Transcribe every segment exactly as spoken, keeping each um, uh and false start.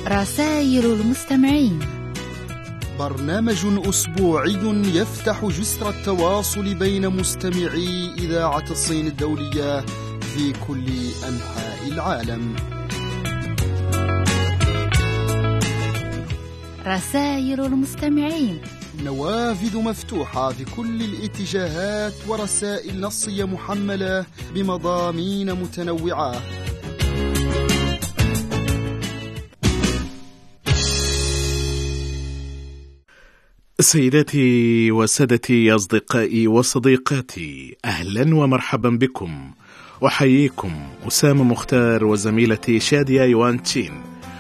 رسائل المستمعين، برنامج أسبوعي يفتح جسر التواصل بين مستمعي إذاعة الصين الدولية في كل أنحاء العالم. رسائل المستمعين، نوافذ مفتوحة في كل الاتجاهات ورسائل نصية محملة بمضامين متنوعة. سيداتي وسادتي أصدقائي وصديقاتي، أهلا ومرحبا بكم. أحييكم أسامة مختار وزميلتي شادية يوان تشين،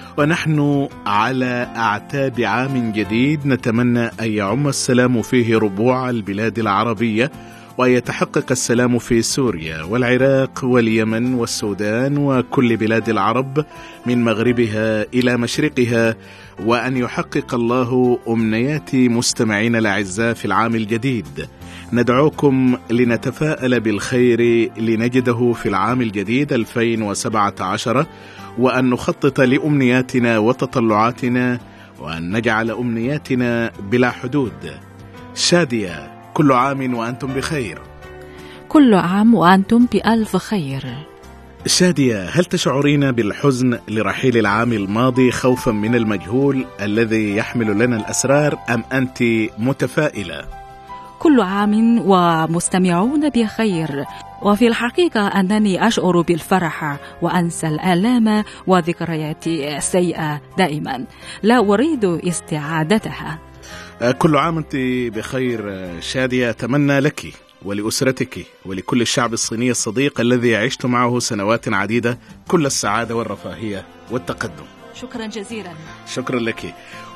ونحن على أعتاب عام جديد نتمنى أن يعم السلام فيه ربوع البلاد العربية، وأن يتحقق السلام في سوريا والعراق واليمن والسودان وكل بلاد العرب من مغربها إلى مشرقها، وأن يحقق الله أمنيات مستمعين الأعزاء في العام الجديد. ندعوكم لنتفاءل بالخير لنجده في العام الجديد ألفين وسبعة عشر، وأن نخطط لأمنياتنا وتطلعاتنا، وأن نجعل أمنياتنا بلا حدود. شادية، كل عام وأنتم بخير. كل عام وأنتم بألف خير. شادية، هل تشعرين بالحزن لرحيل العام الماضي خوفا من المجهول الذي يحمل لنا الأسرار، أم أنت متفائلة؟ كل عام ومستمعون بخير، وفي الحقيقة أنني أشعر بالفرح وأنسى الآلام وذكريات السيئة دائما، لا أريد استعادتها. كل عام أنت بخير شادية. أتمنى لك ولأسرتك ولكل الشعب الصيني الصديق الذي عشت معه سنوات عديدة كل السعادة والرفاهية والتقدم. شكرا جزيلا. شكرا لك.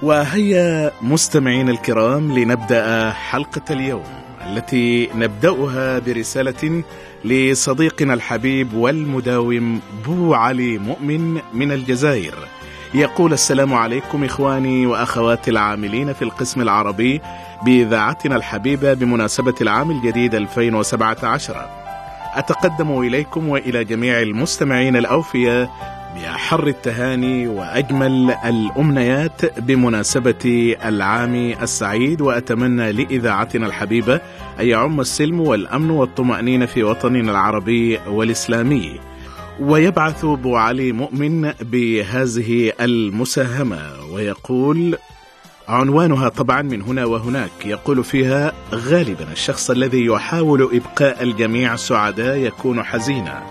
وهيا مستمعين الكرام لنبدأ حلقة اليوم التي نبدأها برسالة لصديقنا الحبيب والمداوم بو علي مؤمن من الجزائر. يقول: السلام عليكم إخواني وأخواتي العاملين في القسم العربي بإذاعتنا الحبيبة بمناسبة العام الجديد ألفين وسبعة عشر. أتقدم إليكم وإلى جميع المستمعين الأوفياء بأحر التهاني وأجمل الأمنيات بمناسبة العام السعيد، وأتمنى لإذاعتنا الحبيبة أن يعم السلم والأمن والطمأنينة في وطننا العربي والإسلامي. ويبعث بو علي مؤمن بهذه المساهمة ويقول: عنوانها طبعا من هنا وهناك، يقول فيها: غالبا الشخص الذي يحاول إبقاء الجميع سعداء يكون حزينا.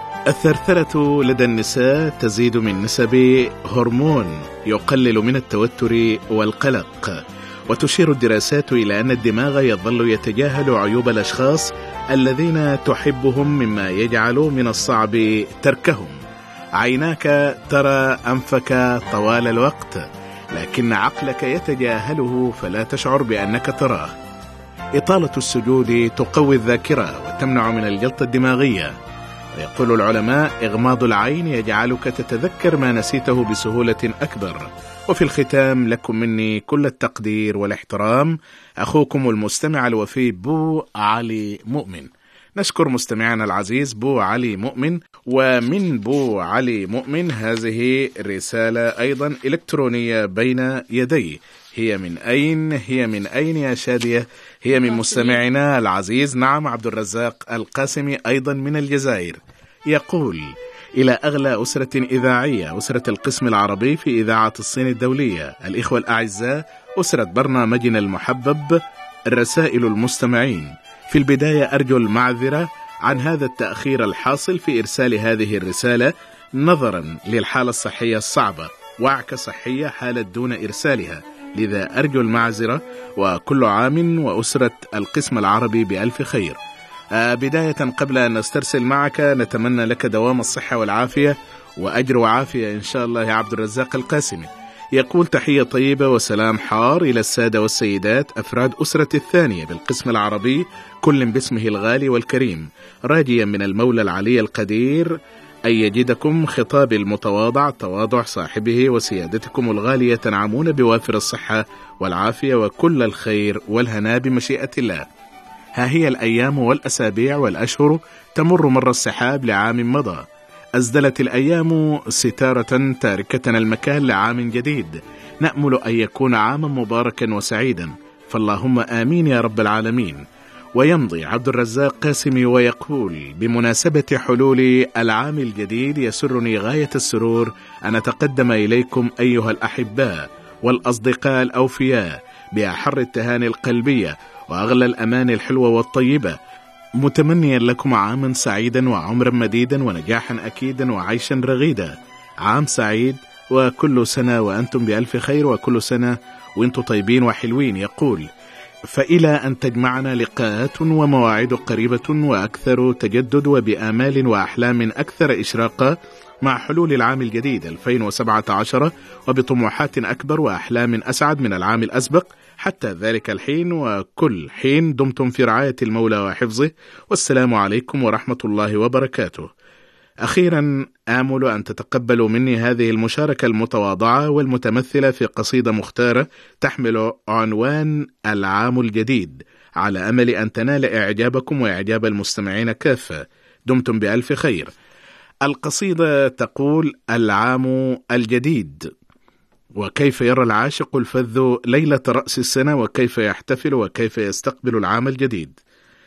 الثرثرة لدى النساء تزيد من نسب هرمون يقلل من التوتر والقلق، وتشير الدراسات إلى أن الدماغ يظل يتجاهل عيوب الأشخاص الذين تحبهم، مما يجعل من الصعب تركهم. عيناك ترى أنفك طوال الوقت، لكن عقلك يتجاهله فلا تشعر بأنك تراه. إطالة السجود تقوي الذاكرة وتمنع من الجلطة الدماغية. ويقول العلماء: إغماض العين يجعلك تتذكر ما نسيته بسهولة أكبر. وفي الختام لكم مني كل التقدير والاحترام، أخوكم المستمع الوفي بو علي مؤمن. نشكر مستمعنا العزيز بو علي مؤمن. ومن بو علي مؤمن هذه رسالة أيضا إلكترونية بين يدي. هي من أين؟ هي من أين يا شادية؟ هي من مستمعنا العزيز نعم عبد الرزاق القاسمي أيضا من الجزائر. يقول: إلى أغلى أسرة إذاعية، أسرة القسم العربي في إذاعة الصين الدولية، الإخوة الأعزاء، أسرة برنامجنا المحبب، الرسائل المستمعين. في البداية أرجو المعذرة عن هذا التأخير الحاصل في إرسال هذه الرسالة نظرا للحالة الصحية الصعبة، وعكة صحية حالت دون إرسالها، لذا أرجو المعذرة، وكل عام وأسرة القسم العربي بألف خير. آه بداية قبل أن نسترسل معك نتمنى لك دوام الصحة والعافية وأجر وعافية إن شاء الله يا عبد الرزاق القاسمي. يقول: تحية طيبة وسلام حار إلى السادة والسيدات أفراد أسرة الثانية بالقسم العربي، كل باسمه الغالي والكريم، راجيا من المولى العلي القدير أن يجدكم خطاب المتواضع تواضع صاحبه، وسيادتكم الغالية تنعمون بوافر الصحة والعافية وكل الخير والهناء بمشيئة الله. ها هي الأيام والأسابيع والأشهر تمر مر السحاب لعام مضى. أسدلت الأيام ستارة تاركتنا المكان لعام جديد، نأمل أن يكون عاما مباركا وسعيدا، فاللهم آمين يا رب العالمين. ويمضي عبد الرزاق قاسمي ويقول: بمناسبة حلول العام الجديد يسرني غاية السرور أن أتقدم إليكم أيها الأحباء والأصدقاء الأوفياء بأحر التهاني القلبية وأغلى الأمان الحلوة والطيبة، متمنيا لكم عاما سعيدا وعمرا مديدا ونجاحا أكيدا وعيشا رغيدا. عام سعيد وكل سنة وأنتم بألف خير، وكل سنة وأنتم طيبين وحلوين. يقول: فإلى أن تجمعنا لقاءات ومواعيد قريبة وأكثر تجدد، وبآمال وأحلام أكثر إشراقا مع حلول العام الجديد ألفين وسبعة عشر، وبطموحات أكبر وأحلام أسعد من العام الأسبق. حتى ذلك الحين وكل حين دمتم في رعاية المولى وحفظه، والسلام عليكم ورحمة الله وبركاته. أخيرا آمل أن تتقبلوا مني هذه المشاركة المتواضعة والمتمثلة في قصيدة مختارة تحمل عنوان العام الجديد، على أمل أن تنال إعجابكم وإعجاب المستمعين كافة. دمتم بألف خير. القصيدة تقول: العام الجديد، وكيف يرى العاشق الفذ ليلة رأس السنة، وكيف يحتفل وكيف يستقبل العام الجديد.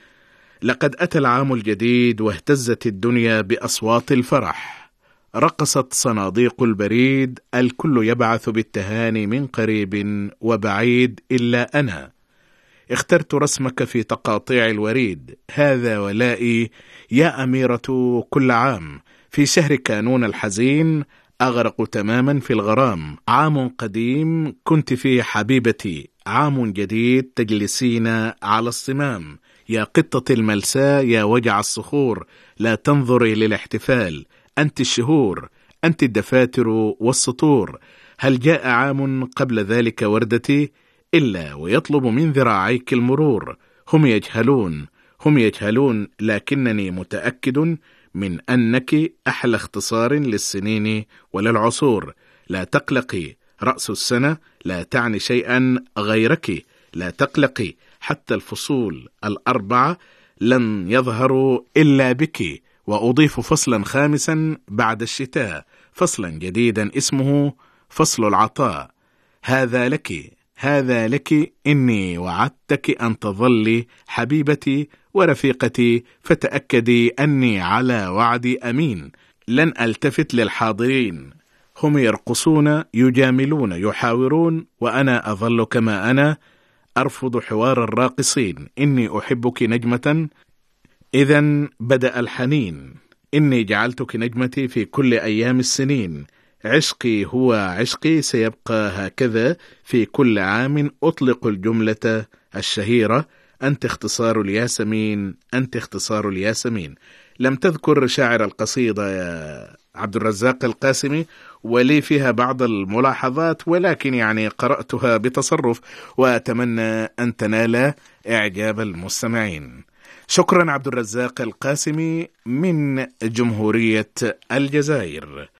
لقد أتى العام الجديد واهتزت الدنيا بأصوات الفرح، رقصت صناديق البريد، الكل يبعث بالتهاني من قريب وبعيد إلا أنا. اخترت رسمك في تقاطيع الوريد، هذا ولائي يا أميرة كل عام. في شهر كانون الحزين أغرق تماما في الغرام. عام قديم كنت فيه حبيبتي، عام جديد تجلسين على الصمام. يا قطة الملساء يا وجع الصخور، لا تنظري للاحتفال، أنت الشهور، أنت الدفاتر والسطور. هل جاء عام قبل ذلك وردتي إلا ويطلب من ذراعيك المرور؟ هم يجهلون هم يجهلون لكنني متأكد من أنك أحلى اختصار للسنين وللعصور. لا تقلقي، رأس السنة لا تعني شيئا غيرك، لا تقلقي، حتى الفصول الأربعة لن يظهروا إلا بك. وأضيف فصلا خامسا بعد الشتاء، فصلا جديدا اسمه فصل العطاء. هذا لك، هذا لك، إني وعدتك أن تظلي حبيبتي ورفيقتي، فتأكدي أني على وعدي أمين. لن ألتفت للحاضرين، هم يرقصون يجاملون يحاورون، وأنا أظل كما أنا، أرفض حوار الراقصين. إني أحبك نجمة، إذن بدأ الحنين. إني جعلتك نجمتي في كل أيام السنين. عشقي هو عشقي، سيبقى هكذا في كل عام. أطلق الجملة الشهيرة: أنت اختصار الياسمين، أنت اختصار الياسمين. لم تذكر شاعر القصيدة يا عبد الرزاق القاسمي، ولي فيها بعض الملاحظات، ولكن يعني قرأتها بتصرف، وأتمنى أن تنال إعجاب المستمعين. شكرا عبد الرزاق القاسمي من جمهورية الجزائر.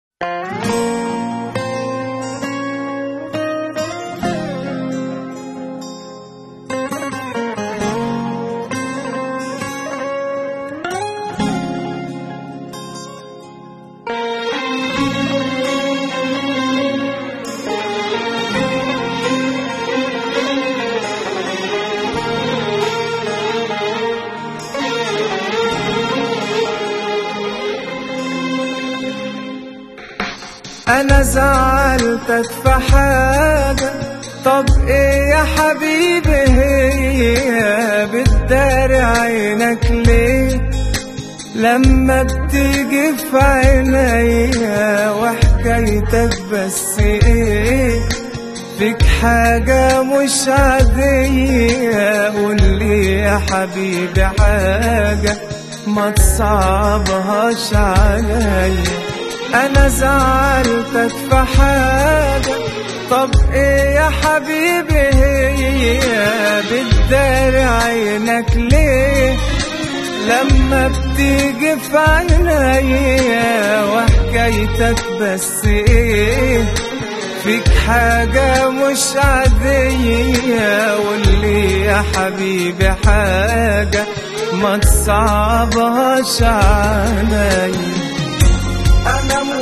أنا زعلتك في حاجة، طب إيه يا حبيبي هي؟ بتداري عينك ليه لما بتيجي في عينيا؟ وحكايتك بس إيه؟ فيك حاجة مش عادية، قولي يا حبيبي حاجة ما تصعبهاش عليا. أنا زعلتك في حاجة، طب إيه يا حبيبي هي؟ بتداري عينك ليه لما بتيجي في عينيا؟ وحكايتك بس إيه؟ فيك حاجة مش عادية، قولي يا حبيبي حاجة ما تصعبهاش عليا.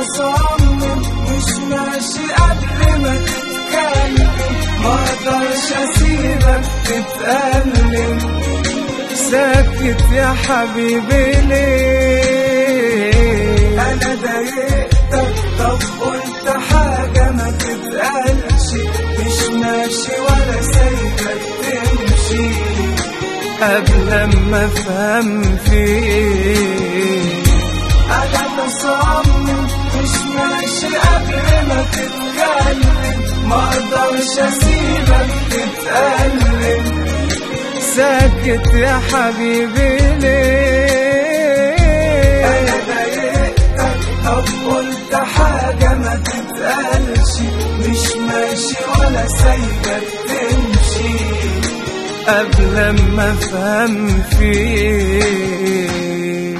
مصمم مش ماشي قبل ما تتكلم، مقدرش اسيبك تتألم. ساكت يا حبيبي ليه؟ انا ضايقتك؟ طب قلت حاجة ما تتقالش، مش ماشي ولا سايبك تمشي قبل ما افهم فيك. انا مصمم مش ماشي قبل ما تتكلم، مقدرش اسيبك تتألم. ساكت يا حبيبي ليه؟ انا ضايقتك؟ طب قلت حاجة ما تتقالش، مش ماشي ولا سايبك تمشي قبل ما افهم فيك.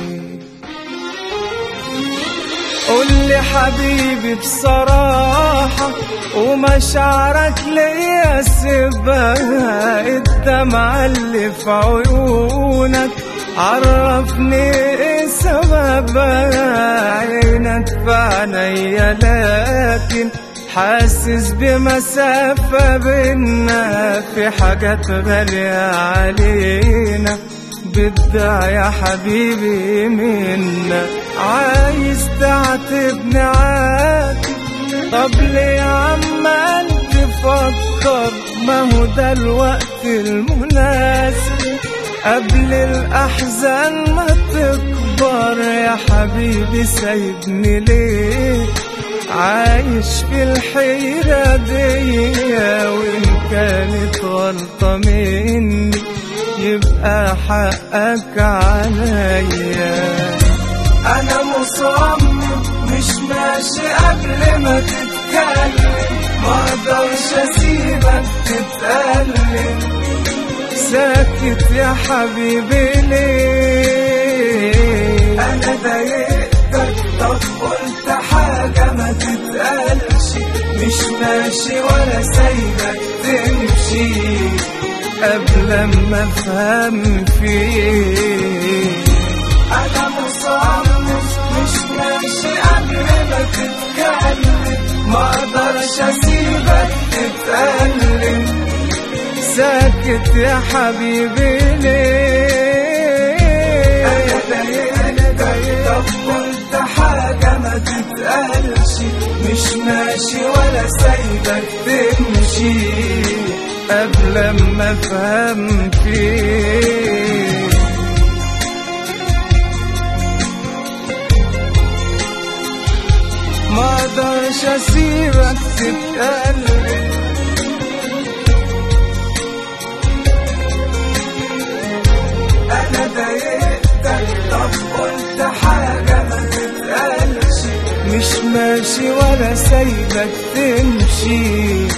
قولي حبيبي بصراحة ومشاعرك ليا سيبها، الدمعة اللي في عيونك عرفني ايه سببها. عينك في عينيا لكن حاسس بمسافة بينا، في حاجات غالية علينا بدها يا حبيبي منا. عايز تعاتبني عاتب، طب ليه عمال تفكر؟ ما هو ده الوقت المناسب قبل الأحزان ما تكبر. يا حبيبي سايبني ليه عايش في الحيرة دي؟ وإن كانت غلطة مني يبقى حقك عليا. أنا مصمم مش ماشي قبل ما تتكلم، مقدرش أسيبك تتألم. ساكت يا حبيبي ليه؟ أنا ضايقتك؟ طب قلت حاجة ما تتقالش، مش ماشي ولا سايبك تمشي قبل ما افهم فيك. انا مصمم مش ماشي قبل ما تتكلم، مقدرش اسيبك تتألم. ساكت يا حبيبي ليه؟ انا ضايقتك؟ طب قلت حاجة ما تتقالش، مش ماشي ولا سايبك تمشي قبل ما افهم فيك. ما اقدرش اسيبك تتألم. انا ضايقتك؟ طب قلت حاجة ما تتقالش، مش ماشي ولا سايبك تمشي.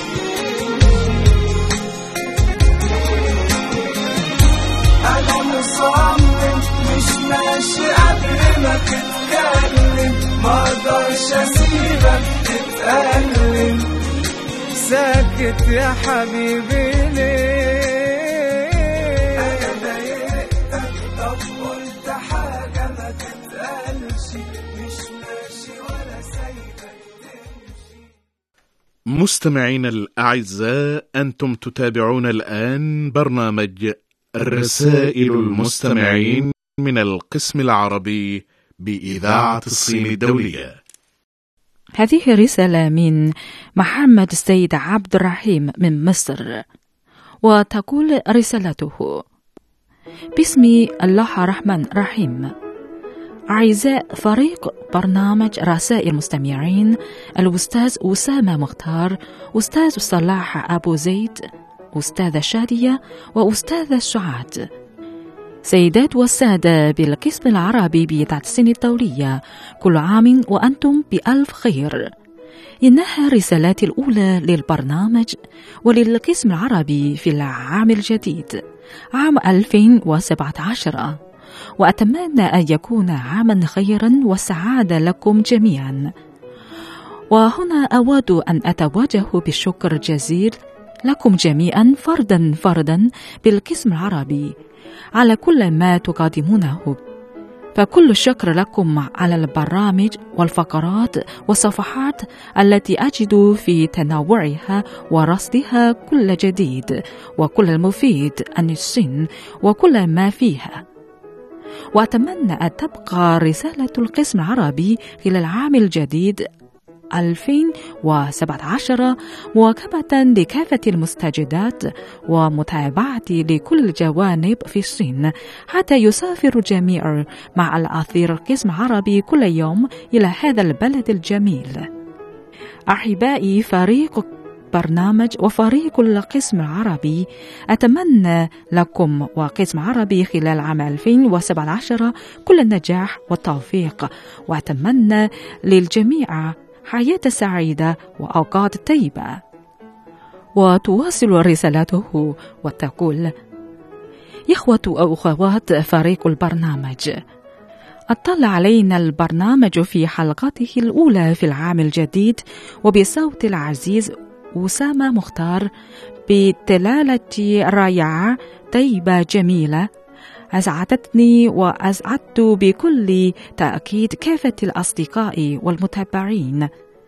أنا مصمم مش ماشي قبل ما تتكلم، مقدرش أسيبك تتألم. ساكت يا حبيبي ليه؟ أنا ضايقتك؟ طب قلت حاجة ما تتقالش، مش ماشي ولا سايبك تمشي. مستمعين الأعزاء، أنتم تتابعون الآن برنامج رسائل المستمعين من القسم العربي بإذاعة الصين الدولية. هذه رسالة من محمد السيد عبد الرحيم من مصر، وتقول رسالته: بسم الله الرحمن الرحيم. أعزاء فريق برنامج رسائل المستمعين، الأستاذ أسامة مختار، أستاذ صلاح أبو زيد، أستاذة شادية، وأستاذة سعاد، سيدات والسادة بالقسم العربي بإذاعة الصين الدولية، كل عام وأنتم بألف خير. إنها رسالتي الأولى للبرنامج وللقسم العربي في العام الجديد عام ألفين وسبعة عشر، وأتمنى أن يكون عاما خيرا وسعادة لكم جميعا. وهنا أود أن أتوجه بالشكر الجزيل لكم جميعا فردا فردا بالقسم العربي على كل ما تقدمونه فكل الشكر لكم على البرامج والفقرات والصفحات التي أجد في تنوعها ورصدها كل جديد وكل المفيد عن الصين وكل ما فيها. وأتمنى أن تبقى رسالة القسم العربي خلال العام الجديد ألفين وسبعة عشر مواكبة لكافة المستجدات ومتابعة لكل الجوانب في الصين حتى يسافر الجميع مع الأثير القسم العربي كل يوم إلى هذا البلد الجميل. أحبائي فريق برنامج وفريق القسم العربي، أتمنى لكم وقسم عربي خلال عام ألفين وسبعة عشر كل النجاح والتوفيق، وأتمنى للجميع حياة سعيدة وأوقات طيبة. وتواصل رسالته وتقول: إخوة أو أخوات فريق البرنامج، أطلع علينا البرنامج في حلقته الأولى في العام الجديد وبصوت العزيز أسامة مختار بتلالة رائعة طيبة جميلة أسعدتني وأسعدت بكل تأكيد كافة الأصدقاء والمتابعين.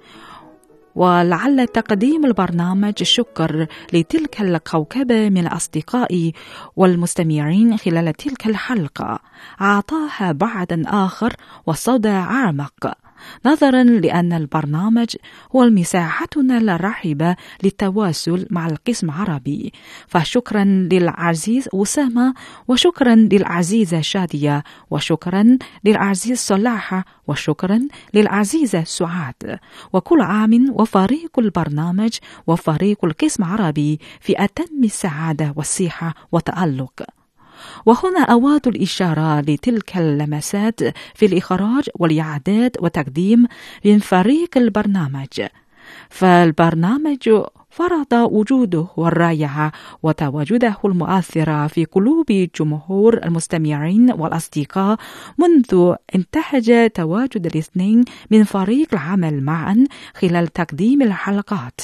ولعل تقديم البرنامج شكر لتلك الكوكبة من الأصدقاء والمستمعين خلال تلك الحلقة أعطاها بعدا آخر وصدى أعمق، نظرا لأن البرنامج هو مساحتنا الرحبة للتواصل مع القسم العربي. فشكرا للعزيز أسامة، وشكرا للعزيزة شادية، وشكرا للعزيز صلاح، وشكرا للعزيزة سعاد. وكل عام وفريق البرنامج وفريق القسم العربي في أتم السعادة والصحة والتألق. وهنا أود الإشارة لتلك اللمسات في الإخراج والإعداد والتقديم من فريق البرنامج. فالبرنامج فرض وجوده الرائع وتواجده المؤثر في قلوب جمهور المستمعين والأصدقاء منذ انتهج تواجد الاثنين من فريق العمل معا خلال تقديم الحلقات.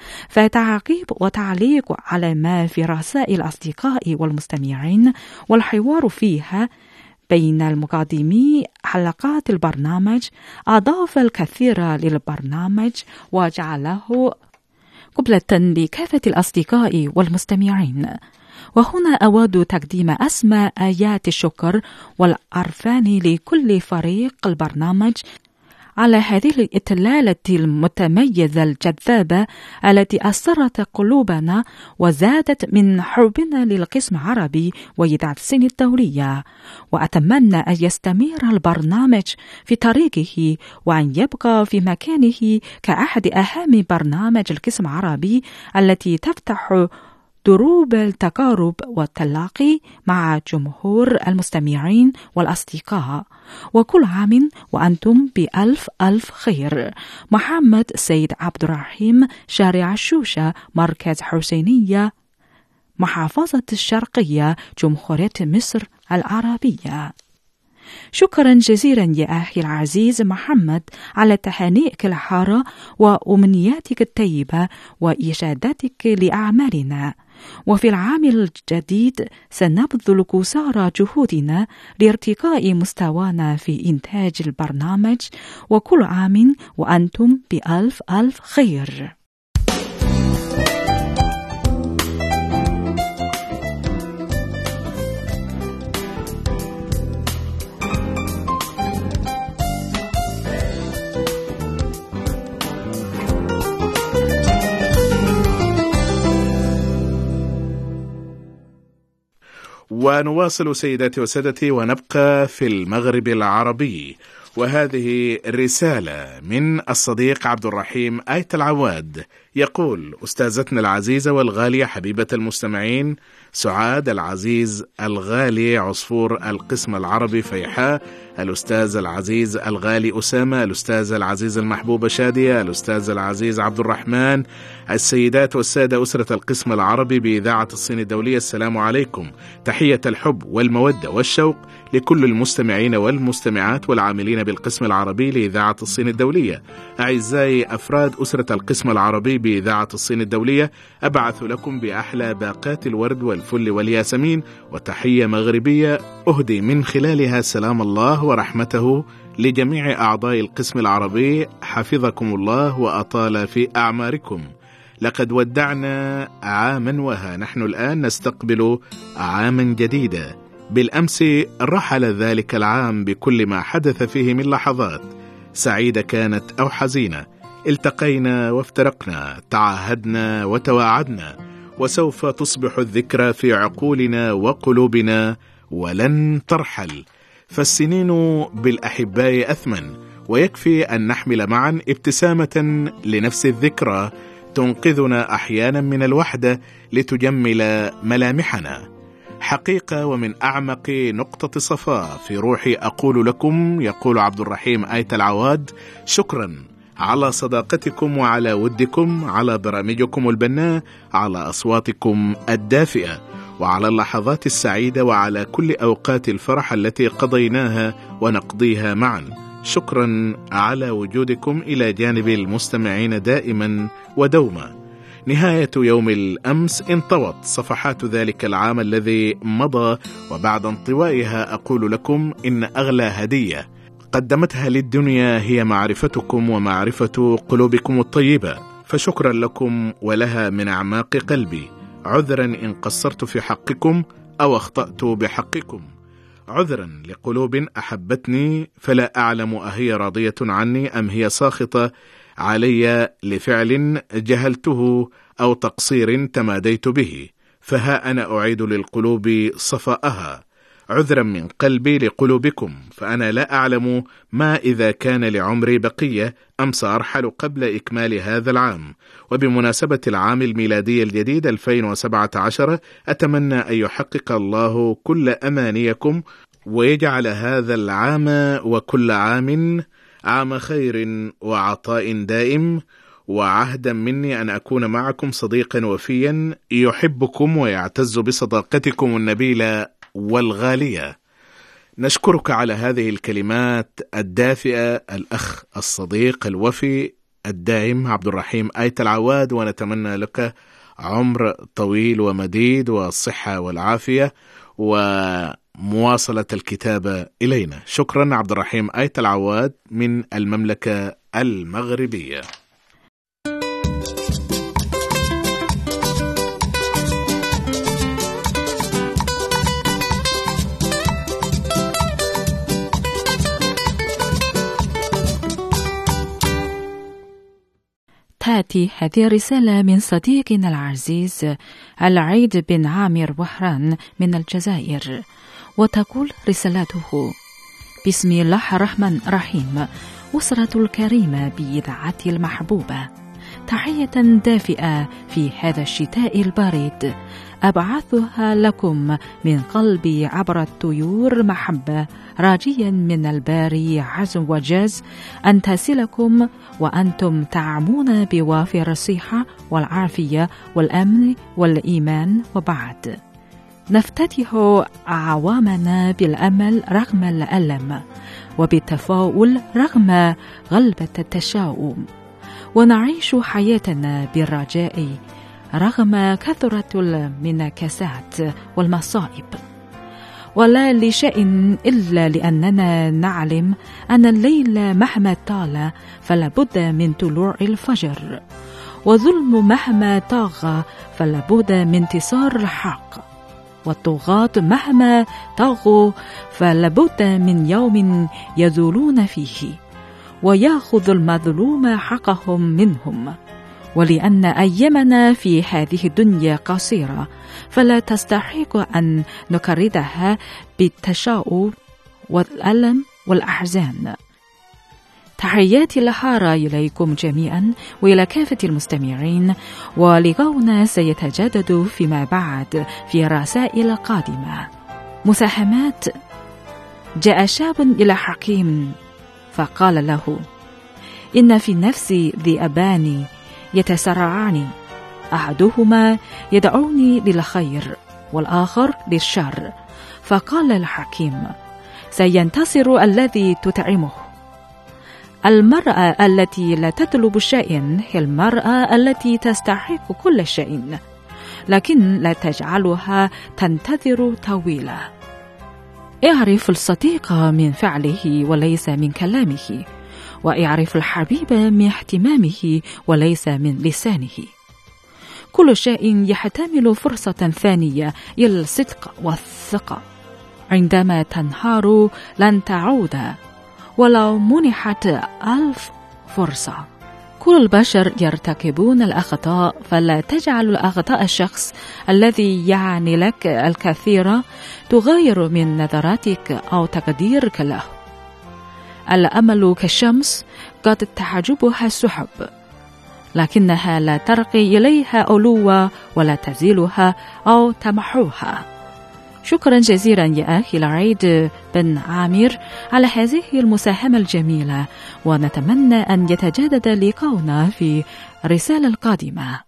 فتعقيب وتعليق على ما في رسائل الأصدقاء والمستمعين والحوار فيها بين المقدمي حلقات البرنامج أضاف الكثير للبرنامج وجعله قبلة لكافة الأصدقاء والمستمعين. وهنا أود تقديم أسمى آيات الشكر والعرفان لكل فريق البرنامج على هذه الإطلالة المتميزة الجذابة التي أثرت قلوبنا وزادت من حبنا للقسم العربي وإذاعة الصين الدولية. وأتمنى أن يستمر البرنامج في طريقه وأن يبقى في مكانه كأحد أهم برنامج القسم العربي التي تفتح دروب التقارب والتلاقي مع جمهور المستمعين والأصدقاء. وكل عام وأنتم بألف ألف خير. محمد سيد عبد الرحيم، شارع الشوشة، مركز حسينية، محافظة الشرقية، جمهورية مصر العربية. شكرا جزيلا يا أخي العزيز محمد على تهانيك الحارة وأمنياتك الطيبة وإشادتك لأعمالنا. وفي العام الجديد سنبذل قصارى جهودنا لارتقاء مستوانا في إنتاج البرنامج. وكل عام وأنتم بألف ألف خير. ونواصل سيداتي وسادتي ونبقى في المغرب العربي، وهذه رسالة من الصديق عبد الرحيم آيت العواد. يقول: أستاذتنا العزيزة والغالية حبيبة المستمعين سعاد العزيز الغالي عصفور القسم العربي فيحاء، الأستاذ العزيز الغالي أسامة، الأستاذ العزيز المحبوبة شادية، الأستاذ العزيز عبد الرحمن، السيدات والسادة أسرة القسم العربي بإذاعة الصين الدولية، السلام عليكم. تحية الحب والمودة والشوق لكل المستمعين والمستمعات والعاملين بالقسم العربي لإذاعة الصين الدولية. أعزائي أفراد أسرة القسم العربي استديو إذاعة الصين الدولية أبعث لكم بأحلى باقات الورد والفل والياسمين وتحية مغربية أهدي من خلالها سلام الله ورحمته لجميع أعضاء القسم العربي، حفظكم الله وأطال في أعماركم. لقد ودعنا عاما وها نحن الآن نستقبل عاما جديدا. بالأمس رحل ذلك العام بكل ما حدث فيه من لحظات سعيدة كانت أو حزينة. التقينا وافترقنا، تعاهدنا وتواعدنا، وسوف تصبح الذكرى في عقولنا وقلوبنا ولن ترحل. فالسنين بالأحباء أثمن، ويكفي أن نحمل معا ابتسامة لنفس الذكرى تنقذنا أحيانا من الوحدة لتجمل ملامحنا. حقيقة ومن أعمق نقطة صفاء في روحي أقول لكم، يقول عبد الرحيم آية العواد، شكرا على صداقتكم وعلى ودكم، على برامجكم البناء، على أصواتكم الدافئة، وعلى اللحظات السعيدة، وعلى كل أوقات الفرح التي قضيناها ونقضيها معا. شكرا على وجودكم إلى جانب المستمعين دائما ودوما. نهاية يوم الأمس انطوت صفحات ذلك العام الذي مضى، وبعد انطوائها أقول لكم إن أغلى هدية قدمتها للدنيا هي معرفتكم ومعرفة قلوبكم الطيبة، فشكرا لكم ولها من أعماق قلبي. عذرا إن قصرت في حقكم أو أخطأت بحقكم، عذرا لقلوب أحبتني فلا أعلم أهي راضية عني أم هي ساخطة علي لفعل جهلته أو تقصير تماديت به، فها أنا أعيد للقلوب صفاءها. عذرا من قلبي لقلوبكم، فأنا لا أعلم ما إذا كان لعمري بقية أم سأرحل قبل إكمال هذا العام. وبمناسبة العام الميلادي الجديد ألفين وسبعة عشر أتمنى أن يحقق الله كل أمانيكم ويجعل هذا العام وكل عام عام خير وعطاء دائم، وعهدا مني أن أكون معكم صديقا وفيا يحبكم ويعتز بصداقتكم النبيلة والغالية. نشكرك على هذه الكلمات الدافئة الأخ الصديق الوفي الدائم عبد الرحيم آية العواد، ونتمنى لك عمر طويل ومديد والصحة والعافية ومواصلة الكتابة إلينا. شكرا عبد الرحيم آية العواد من المملكة المغربية. تأتي هذه الرسالة من صديقنا العزيز العيد بن عامر وهران من الجزائر، وتقول رسالته: بسم الله الرحمن الرحيم. أسرة الكريمة بإذاعتي المحبوبة، تحية دافئة في هذا الشتاء البارد أبعثها لكم من قلبي عبر الطيور محبة، راجيا من الباري عز وجل أن تصلكم وأنتم تعمون بوافر الصحة والعافية والأمن والإيمان. وبعد نفتتح أعوامنا بالأمل رغم الألم، وبالتفاؤل رغم غلبة التشاؤم، ونعيش حياتنا بالرجاء رغم كثرة المناكسات والمصائب، ولا لشيء إلا لأننا نعلم أن الليل مهما طال فلا بد من طلوع الفجر، وظلم مهما طاغى فلا بد من انتصار الحق، والطغاة مهما طغوا فلا بد من يوم يذلون فيه ويأخذ المظلوم حقهم منهم. ولأن أيامنا في هذه الدنيا قصيرة فلا تستحق أن نكردها بالتشاؤم والألم والأحزان. تحياتي الحارة إليكم جميعا وإلى كافة المستمعين، ولقاؤنا سيتجدد فيما بعد في رسائل قادمة. مساهمات. جاء شاب إلى حكيم فقال له: إن في نفسي ذئبان يتسارعان، أحدهما يدعوني للخير والآخر للشر. فقال الحكيم: سينتصر الذي تطعمه. المرأة التي لا تطلب شيء هي المرأة التي تستحق كل شيء، لكن لا تجعلها تنتظر طويلا. اعرف الصديق من فعله وليس من كلامه، واعرف الحبيب من اهتمامه وليس من لسانه. كل شيء يحتمل فرصة ثانية إلى الصدق والثقة. عندما تنهار لن تعود ولو منحت ألف فرصة. كل البشر يرتكبون الأخطاء، فلا تجعل الأخطاء الشخص الذي يعني لك الكثير تغير من نظراتك أو تقديرك له. الأمل كالشمس قد تحجبها السحب، لكنها لا ترقي إليها علوا ولا تزيلها أو تمحوها. شكرا جزيلا يا أخي العيد بن عامر على هذه المساهمة الجميلة، ونتمنى أن يتجدد لقاؤنا في رسالة القادمة.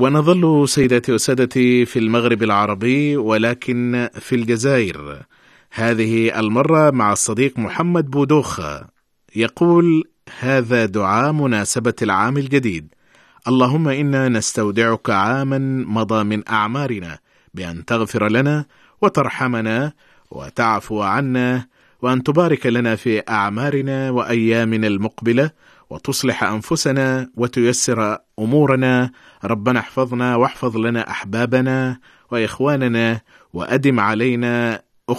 ونظل سيداتي وسادتي في المغرب العربي، ولكن في الجزائر. هذه المرة مع الصديق محمد بودوخة، يقول: هذا دعاء مناسبة العام الجديد. اللهم إنا نستودعك عاما مضى من أعمارنا بأن تغفر لنا وترحمنا وتعفو عنا، وأن تبارك لنا في أعمارنا وأيامنا المقبلة، وتصلح أنفسنا وتيسر أمورنا. ربنا احفظنا واحفظ لنا أحبابنا وإخواننا، وأدم علينا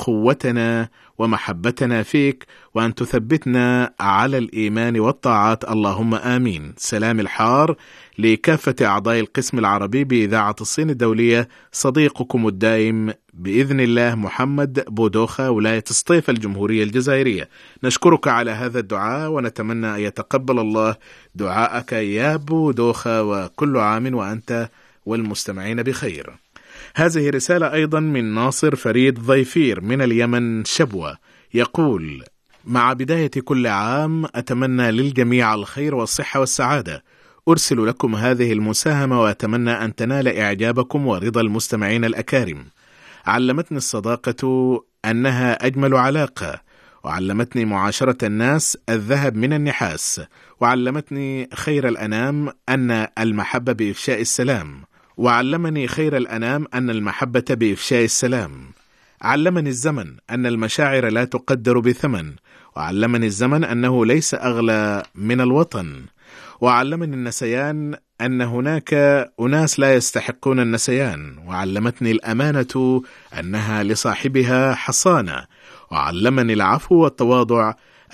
أخوتنا ومحبتنا فيك، وأن تثبتنا على الإيمان والطاعات، اللهم آمين. سلام الحار لكافة أعضاء القسم العربي بإذاعة الصين الدولية، صديقكم الدائم بإذن الله محمد بودوخة، ولاية سطيف، الجمهورية الجزائرية. نشكرك على هذا الدعاء، ونتمنى أن يتقبل الله دعاءك يا بودوخة، وكل عام وأنت والمستمعين بخير. هذه رسالة أيضا من ناصر فريد ضيفير من اليمن شبوة، يقول: مع بداية كل عام أتمنى للجميع الخير والصحة والسعادة. أرسل لكم هذه المساهمة وأتمنى أن تنال إعجابكم ورضا المستمعين الأكارم. علمتني الصداقة أنها أجمل علاقة، وعلمتني معاشرة الناس الذهب من النحاس، وعلمتني خير الأنام أن المحبة بإفشاء السلام، وعلمني خير الأنام أن المحبة بإفشاء السلام. علمني الزمن أن المشاعر لا تقدر بثمن، وعلمني الزمن أنه ليس أغلى من الوطن، وعلمني النسيان أن هناك أناس لا يستحقون النسيان، وعلمتني الأمانة أنها لصاحبها حصانة، وعلمني العفو والتواضع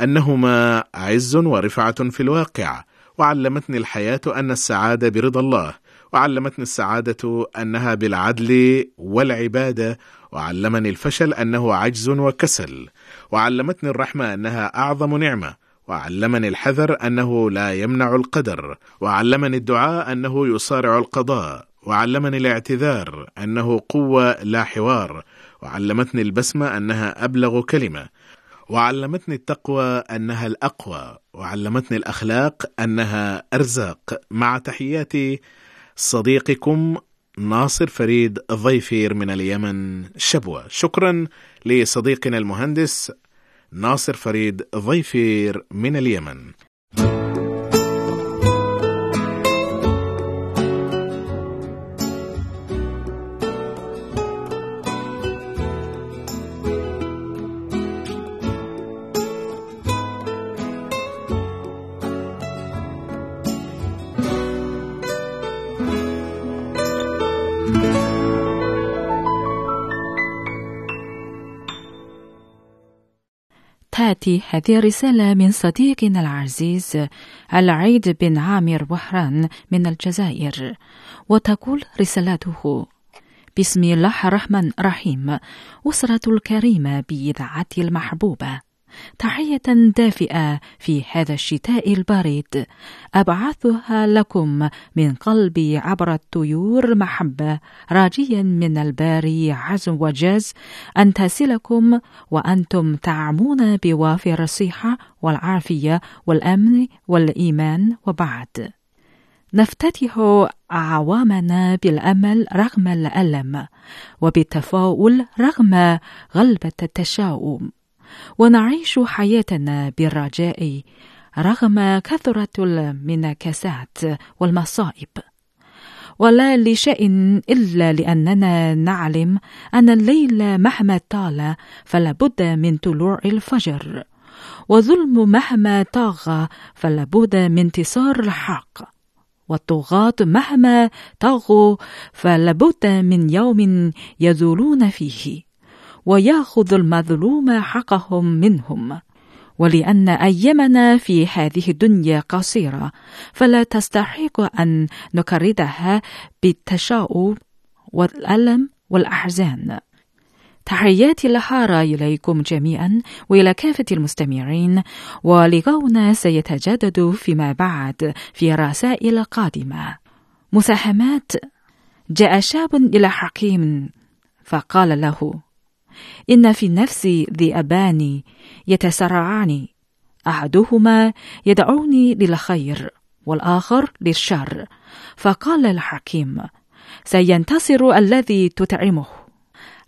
أنهما عز ورفعة في الواقع، وعلمتني الحياة أن السعادة برضا الله، وعلمتني السعادة أنها بالعدل والعبادة، وعلمني الفشل أنه عجز وكسل، وعلمتني الرحمة أنها أعظم نعمة، وعلمني الحذر أنه لا يمنع القدر، وعلمني الدعاء أنه يصارع القضاء، وعلمني الاعتذار أنه قوة لا حوار، وعلمتني البسمة أنها أبلغ كلمة، وعلمتني التقوى أنها الأقوى، وعلمتني الأخلاق أنها أرزاق. مع تحياتي صديقكم ناصر فريد ضيفير من اليمن شبوة. شكرا لصديقنا المهندس ناصر فريد ضيفير من اليمن. تأتي هذه الرسالة من صديقنا العزيز العيد بن عامر وهران من الجزائر، وتقول رسالته: بسم الله الرحمن الرحيم. أسرة الكريمة بإذاعتي المحبوبة، تحية دافئة في هذا الشتاء البارد أبعثها لكم من قلبي عبر الطيور محبة، راجيا من الباري عز وجل أن تصلكم وأنتم تعمون بوافر الصحة والعافية والأمن والإيمان. وبعد، نفتتح أعوامنا بالأمل رغم الألم، وبالتفاؤل رغم غلبة التشاؤم، ونعيش حياتنا بالرجاء رغم كثرة المناكسات والمصائب، ولا لشيء إلا لأننا نعلم أن الليل مهما طال فلا بد من طلوع الفجر، وظلم مهما طاغى فلا بد من انتصار الحق، والطغاة مهما طغوا فلا بد من يوم يذلون فيه ويأخذ المظلوم حقهم منهم. ولأن أيامنا في هذه الدنيا قصيرة فلا تستحق أن نكردها بالتشاؤم والألم والأحزان. تحياتي الحارة إليكم جميعا وإلى كافة المستمعين، ولقاؤنا سيتجدد فيما بعد في رسائل قادمة. مساهمات. جاء شاب إلى حكيم فقال له: إن في نفسي ذئبان يتسارعان، أحدهما يدعوني للخير والآخر للشر. فقال الحكيم: سينتصر الذي تطعمه.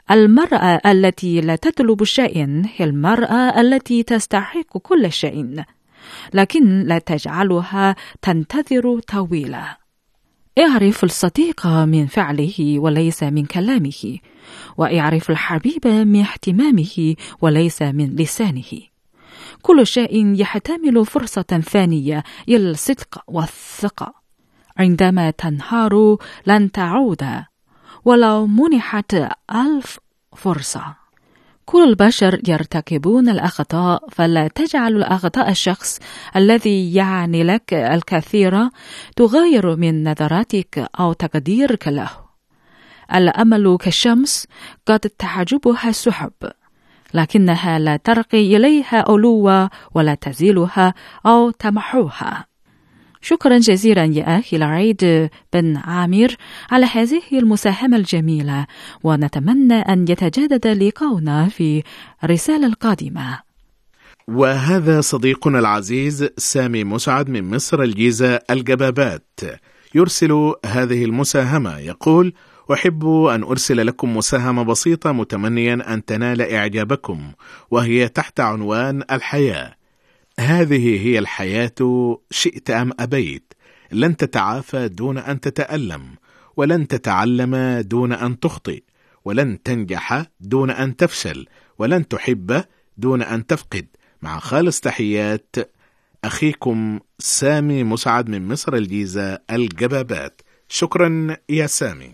المرأة التي لا تطلب شيء هي المرأة التي تستحق كل شيء، لكن لا تجعلها تنتظر طويلا. اعرف الصديق من فعله وليس من كلامه، واعرف الحبيب من اهتمامه وليس من لسانه. كل شيء يحتمل فرصة ثانية إلى الصدق والثقة. عندما تنهار لن تعود ولو منحت ألف فرصة. كل البشر يرتكبون الأخطاء، فلا تجعل الأخطاء الشخص الذي يعني لك الكثير تغير من نظراتك أو تقديرك له. الأمل كالشمس قد تحجبها السحب، لكنها لا ترقي إليها علوا ولا تزيلها أو تمحوها. شكرا جزيلا يا أخي العيد بن عامر على هذه المساهمة الجميلة، ونتمنى أن يتجدد لقاؤنا في رسالة القادمة. وهذا صديقنا العزيز سامي مسعد من مصر الجيزة الجبابات يرسل هذه المساهمة، يقول: أحب أن أرسل لكم مساهمة بسيطة متمنيا أن تنال إعجابكم، وهي تحت عنوان الحياة. هذه هي الحياة، شئت أم أبيت. لن تتعافى دون أن تتألم، ولن تتعلم دون أن تخطئ، ولن تنجح دون أن تفشل، ولن تحب دون أن تفقد. مع خالص تحيات أخيكم سامي مسعد من مصر الجيزة الجبابات. شكرا يا سامي.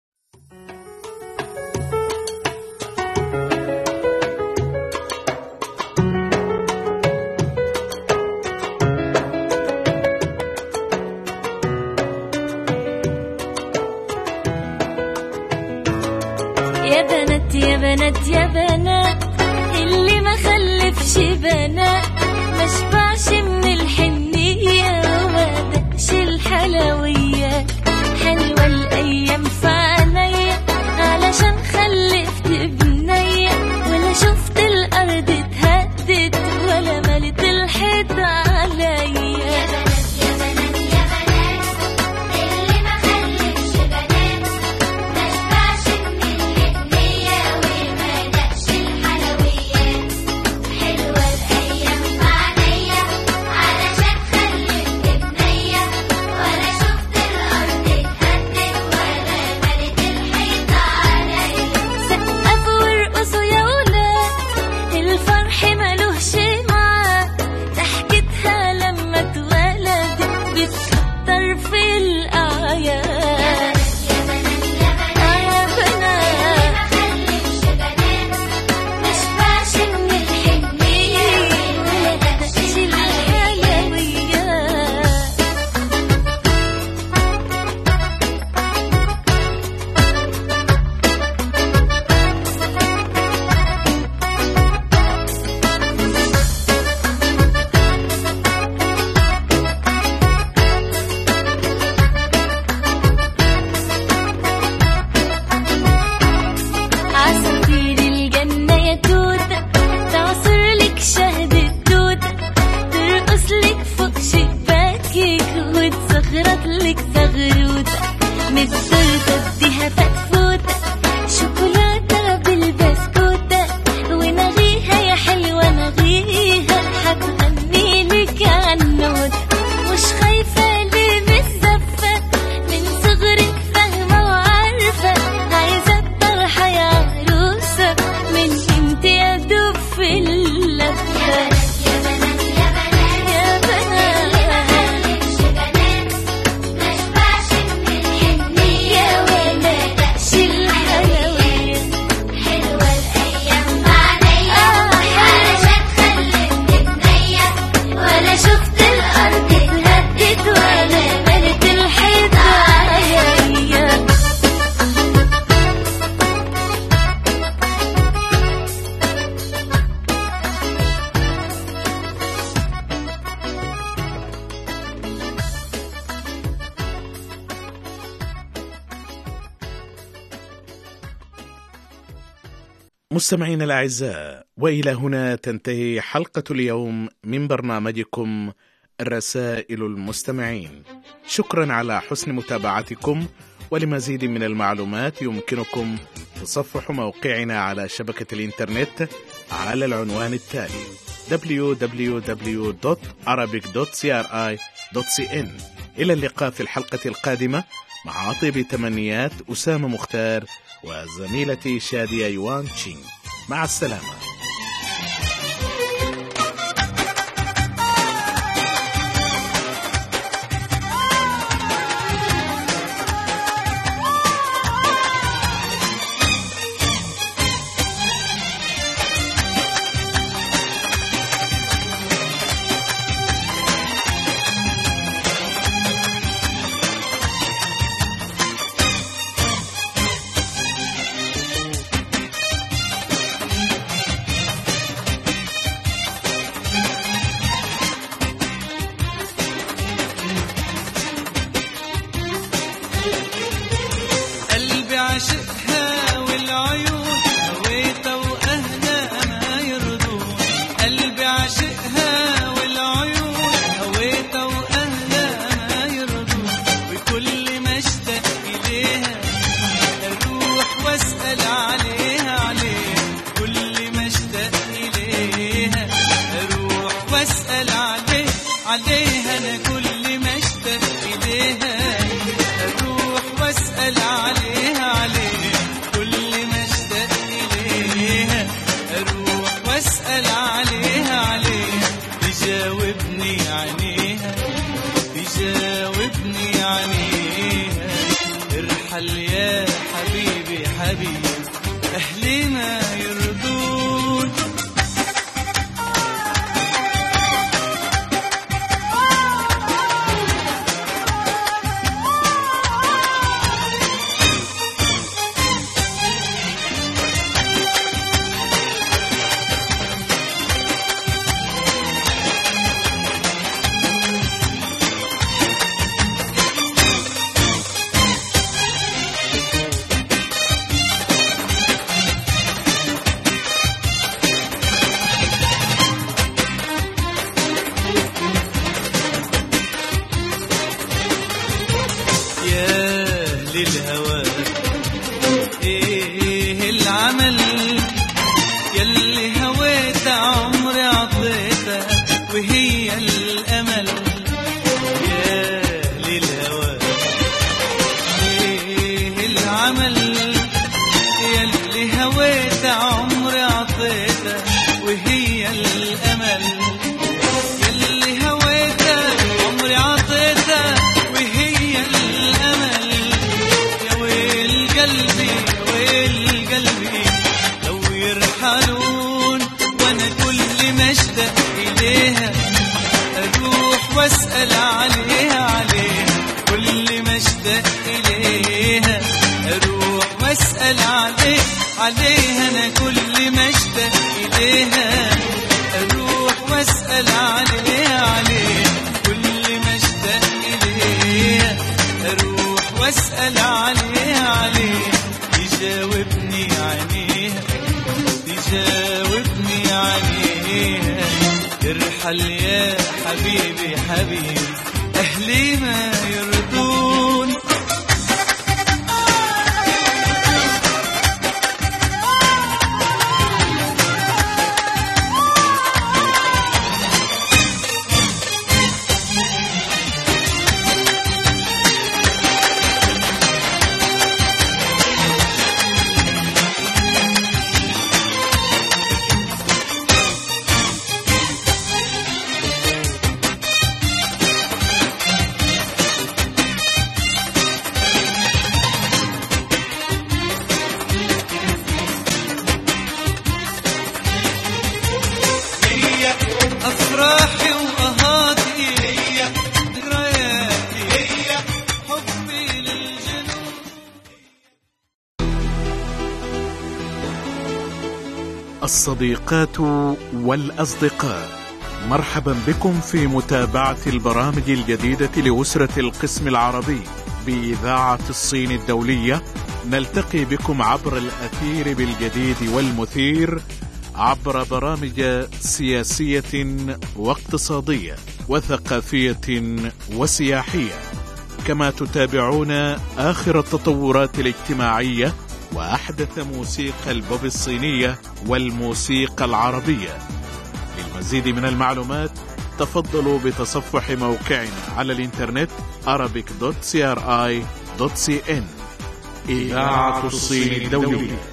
يا بنات يا بنات يا بنات، اللي ما خلفش بنات ما شبعش من الحنية وما دقش الحلويات. حلوة الأيام في عينيا علشان خلفت بنية، ولا شفت الأرض اتهدت ولا ملت الحيط عليا. مستمعينا الأعزاء، وإلى هنا تنتهي حلقة اليوم من برنامجكم رسائل المستمعين. شكرا على حسن متابعتكم، ولمزيد من المعلومات يمكنكم تصفح موقعنا على شبكة الإنترنت على العنوان التالي دبليو دبليو دبليو دوت arabic دوت سي آر آي دوت سي إن. إلى اللقاء في الحلقة القادمة مع أطيب تمنيات أسامة مختار وزميلتي شادية يوان تشين. مع السلامة. عاشقها والعيون هويتها وأهلها ما يرضون. قلبي عاشقها والعيون هويتها وأهلها ما يرضون. وكل ما اشتاق إليها أروح وأسأل عليها عليها. كل ما اشتاق إليها أروح وأسأل عليها عليها. أنا كل ما اشتاق إليها أروح وأسأل عليها عليها. كل ما اشتاق إليها أروح وأسأل عليها عليها. تجاوبني عينيها تجاوبني عينيها. ارحل يا حبيبي حبيبي أهلي ما يرضون. للهوى ايه العمل يلي هويت عمري عطيتها وهي الامل. يا للهوى ايه العمل يلي هويت عمري عطيتها وهي الامل. يلي هويت عمري عطيتها وهي الامل. قلبي ويل قلبي لو يرحلون. وانا كل ما اشتاق اليها اروح واسال عليها عليها. كل ما اشتاق اليها اروح واسال عليها عليها. انا كل ما اشتاق اليها اروح واسال عليها عليها. كل ما اشتاق اليها اروح واسال عليها عليها. تجاوبني عينيها تجاوبني عينيها. ارحل يا حبيبي حبيبي أهلي ما يرضون. أفراحي وأهاتي هي ذكرياتي هي حبي للجنون. الصديقات والأصدقاء، مرحبا بكم في متابعة البرامج الجديدة لأسرة القسم العربي بإذاعة الصين الدولية. نلتقي بكم عبر الأثير بالجديد والمثير عبر برامج سياسية واقتصادية وثقافية وسياحية. كما تتابعون آخر التطورات الاجتماعية وأحدث موسيقى البوب الصينية والموسيقى العربية. للمزيد من المعلومات تفضلوا بتصفح موقعنا على الإنترنت arabic دوت سي آر آي دوت سي إن. إذاعة الصين الدولية.